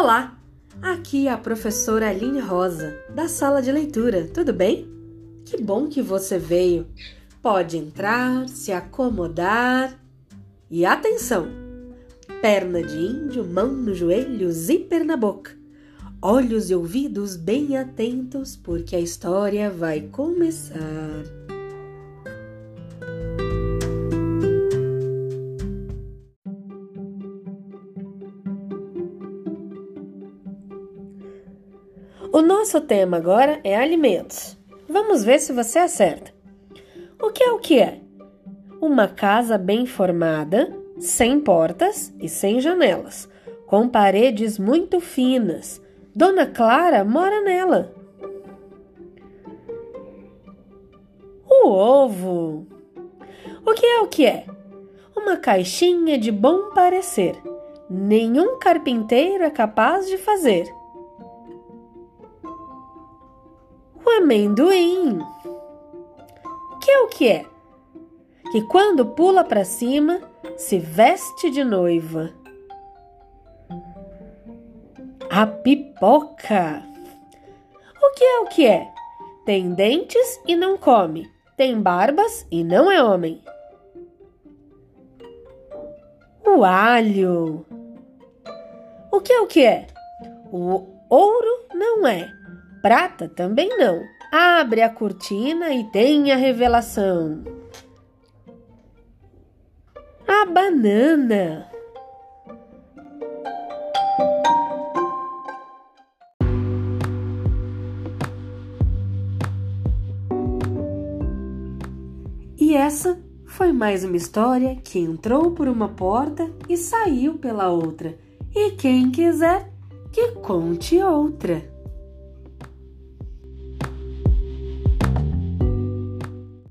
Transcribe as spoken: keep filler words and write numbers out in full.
Olá, aqui é a professora Aline Rosa, da sala de leitura, tudo bem? Que bom que você veio. Pode entrar, se acomodar e atenção! Perna de índio, mão no joelho, zíper na boca. Olhos e ouvidos bem atentos, porque a história vai começar. O nosso tema agora é alimentos. Vamos ver se você acerta. O que é o que é? Uma casa bem formada, sem portas e sem janelas, com paredes muito finas. Dona Clara mora nela. O ovo. O que é o que é? Uma caixinha de bom parecer. Nenhum carpinteiro é capaz de fazer. O amendoim. O que é o que é? Que quando pula para cima, se veste de noiva. A pipoca. O que é o que é? Tem dentes e não come. Tem barbas e não é homem. O alho. O que é o que é? O ouro não é. Prata também não. Abre a cortina e tem a revelação. A banana. E essa foi mais uma história que entrou por uma porta e saiu pela outra. E quem quiser, que conte outra.